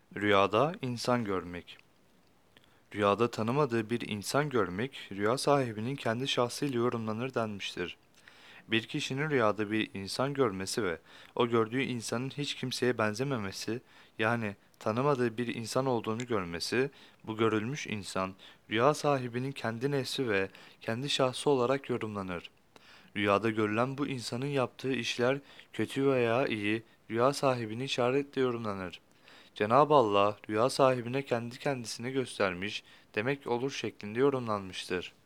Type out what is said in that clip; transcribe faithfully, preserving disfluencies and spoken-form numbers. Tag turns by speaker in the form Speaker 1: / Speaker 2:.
Speaker 1: Rüyada insan görmek. Rüyada tanımadığı bir insan görmek, rüya sahibinin kendi şahsıyla yorumlanır denmiştir. Bir kişinin rüyada bir insan görmesi ve o gördüğü insanın hiç kimseye benzememesi, yani tanımadığı bir insan olduğunu görmesi, bu görülmüş insan, rüya sahibinin kendi nefsi ve kendi şahsı olarak yorumlanır. Rüyada görülen bu insanın yaptığı işler kötü veya iyi, rüya sahibini işaretle yorumlanır. Cenab-ı Allah rüya sahibine kendi kendisini göstermiş demek olur şeklinde yorumlanmıştır.